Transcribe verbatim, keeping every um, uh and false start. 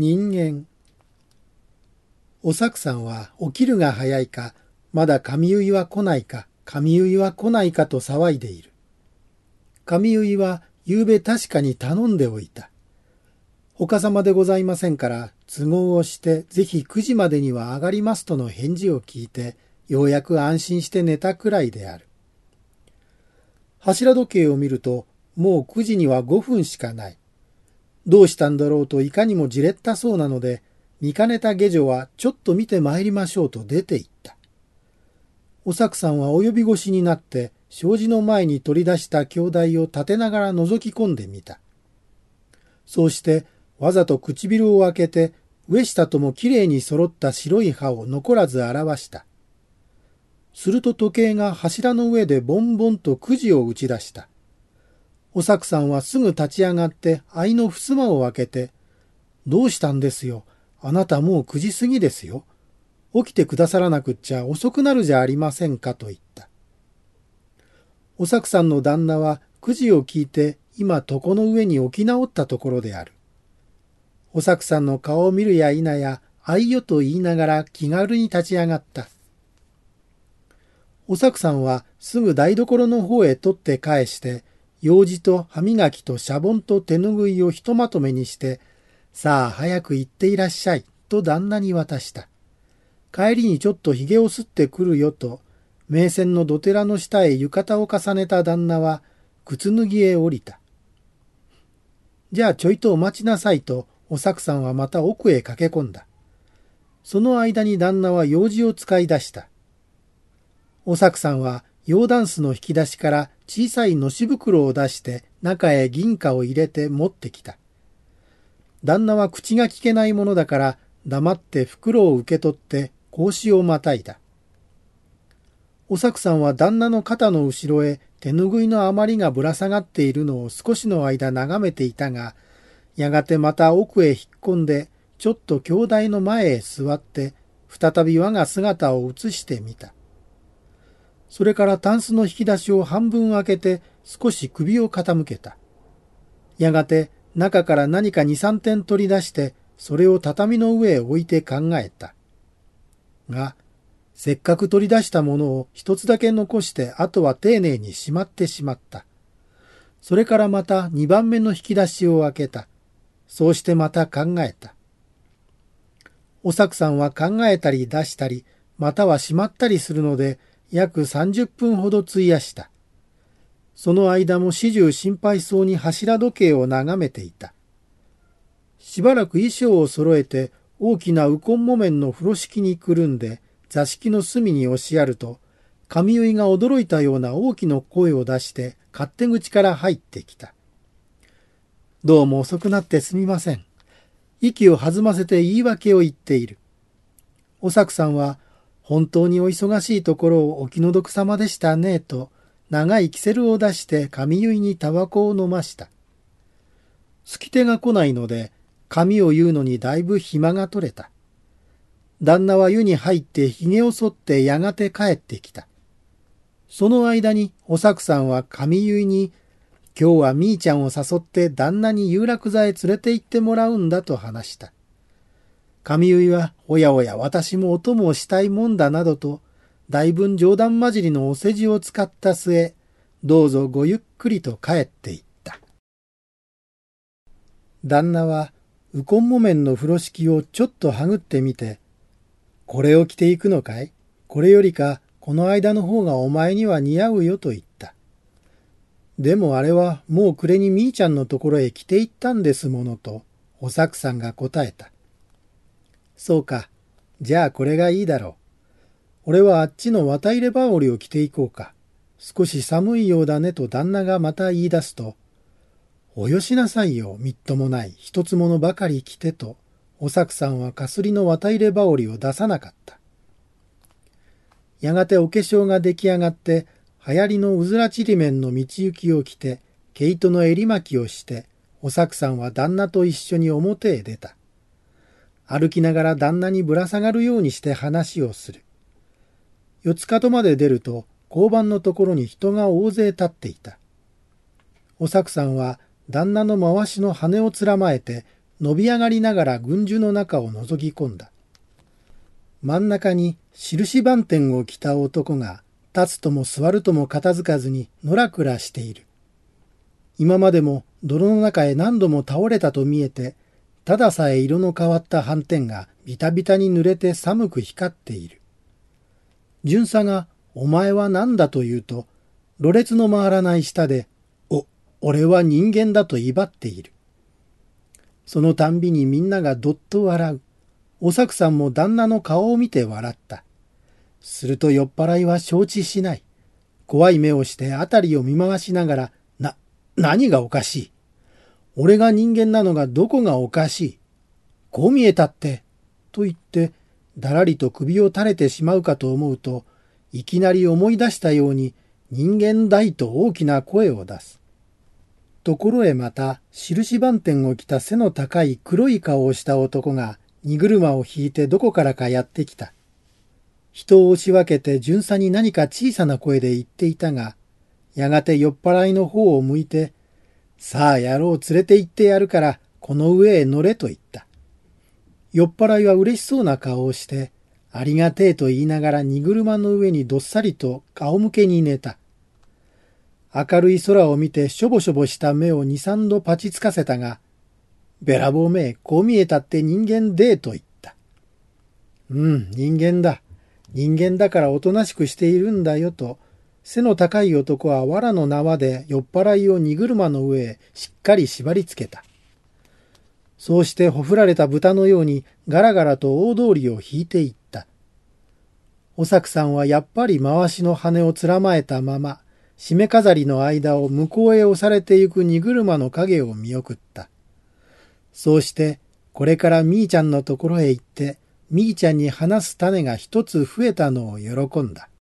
人間。おさくさんは起きるが早いか、まだ髪結いは来ないか、髪結いは来ないかと騒いでいる。髪結いはゆうべ確かに頼んでおいた。他様でございませんから、都合をしてぜひくじまでには上がりますとの返事を聞いて、ようやく安心して寝たくらいである。柱時計を見ると、もうくじにはごふんしかない。どうしたんだろうといかにもじれったそうなので、見かねた下女はちょっと見て参りましょうと出て行った。おさくさんは及び腰になって、障子の前に取り出した鏡台を立てながら覗き込んでみた。そうして、わざと唇を開けて、上下ともきれいに揃った白い歯を残らず表した。すると時計が柱の上でボンボンとくじを打ち出した。おさくさんはすぐ立ち上がって愛の襖を開けて、どうしたんですよ。あなたもうくじ過ぎですよ。起きてくださらなくっちゃ遅くなるじゃありませんかと言った。おさくさんの旦那はくじを聞いて今床の上に起き直ったところである。おさくさんの顔を見るや否や、あいよと言いながら気軽に立ち上がった。おさくさんはすぐ台所の方へ取って返して、用事と歯磨きとシャボンと手ぬぐいをひとまとめにして、さあ早く行っていらっしゃいと旦那に渡した。帰りにちょっとひげをすってくるよと、名船の土寺の下へ浴衣を重ねた旦那は靴脱ぎへ降りた。じゃあちょいとお待ちなさいとおさくさんはまた奥へ駆け込んだ。その間に旦那は用事を使い出した。おさくさんは洋ダンスの引き出しから小さいのし袋を出して中へ銀貨を入れて持ってきた。旦那は口が聞けないものだから黙って袋を受け取って格子をまたいだ。おさくさんは旦那の肩の後ろへ手ぬぐいの余りがぶら下がっているのを少しの間眺めていたが、やがてまた奥へ引っ込んでちょっと鏡台の前へ座って再び我が姿を映してみた。それからタンスの引き出しを半分開けて少し首を傾けた。やがて中から何か二三点取り出してそれを畳の上へ置いて考えた。が、せっかく取り出したものを一つだけ残してあとは丁寧にしまってしまった。それからまた二番目の引き出しを開けた。そうしてまた考えた。おさくさんは考えたり出したり、またはしまったりするので、約さんじゅっぷんほど費やした。その間も始終心配そうに柱時計を眺めていた。しばらく衣装を揃えて大きなウコン木綿の風呂敷にくるんで座敷の隅に押しやると、髪結いが驚いたような大きな声を出して勝手口から入ってきた。どうも遅くなってすみません。息を弾ませて言い訳を言っている。おさくさんは、本当にお忙しいところをお気の毒様でしたねと長いキセルを出して髪結いにタバコを飲ました。好き手が来ないので髪を結うのにだいぶ暇が取れた。旦那は湯に入ってひげを剃ってやがて帰ってきた。その間におさくさんは髪結いに今日はみーちゃんを誘って旦那に有楽座へ連れて行ってもらうんだと話した。髪結いは、おやおや私もお供をしたいもんだなどと、だいぶん冗談交じりのお世辞を使った末、どうぞごゆっくりと帰っていった。旦那は、ウコン木綿の風呂敷をちょっとはぐってみて、これを着ていくのかい？これよりか、この間の方がお前には似合うよと言った。でもあれはもう暮れにみーちゃんのところへ着て行ったんですものと、おさくさんが答えた。そうか。じゃあこれがいいだろう。俺はあっちの綿入れ羽織を着ていこうか。少し寒いようだねと旦那がまた言い出すと、およしなさいよ、みっともない一つものばかり着てと、おさくさんはかすりの綿入れ羽織を出さなかった。やがてお化粧が出来上がって、流行りのうずらちりめんの道行きを着て、毛糸の襟巻きをして、おさくさんは旦那と一緒に表へ出た。歩きながら旦那にぶら下がるようにして話をする。四つ角まで出ると交番のところに人が大勢立っていた。おさくさんは旦那の回しの羽をつらまえて伸び上がりながら軍樹の中を覗き込んだ。真ん中に印番点を着た男が立つとも座るとも片付かずにのらくらしている。今までも泥の中へ何度も倒れたと見えて、たださえ色の変わった斑点がビタビタに濡れて寒く光っている。巡査がお前は何だと言うと、ろれつの回らない舌で、お、俺は人間だと威張っている。そのたんびにみんながどっと笑う。おさくさんも旦那の顔を見て笑った。すると酔っ払いは承知しない。怖い目をしてあたりを見回しながら、な、何がおかしい。俺が人間なのがどこがおかしい。こう見えたって、と言って、だらりと首を垂れてしまうかと思うと、いきなり思い出したように人間だいと大きな声を出す。ところへまた、印番点を着た背の高い黒い顔をした男が荷車を引いてどこからかやってきた。人を押し分けて巡査に何か小さな声で言っていたが、やがて酔っ払いの方を向いて、さあ野郎連れて行ってやるからこの上へ乗れと言った。酔っ払いは嬉しそうな顔をして、ありがてえと言いながら荷車の上にどっさりと仰向けに寝た。明るい空を見てしょぼしょぼした目を二三度パチつかせたが、べらぼうめ、こう見えたって人間でえと言った。うん、人間だ。人間だからおとなしくしているんだよと、背の高い男は藁の縄で酔っ払いを荷車の上へしっかり縛り付けた。そうしてほふられた豚のようにガラガラと大通りを引いていった。おさくさんはやっぱり回しの羽をつらまえたまま、締め飾りの間を向こうへ押されてゆく荷車の影を見送った。そうして、これからみーちゃんのところへ行って、みーちゃんに話す種が一つ増えたのを喜んだ。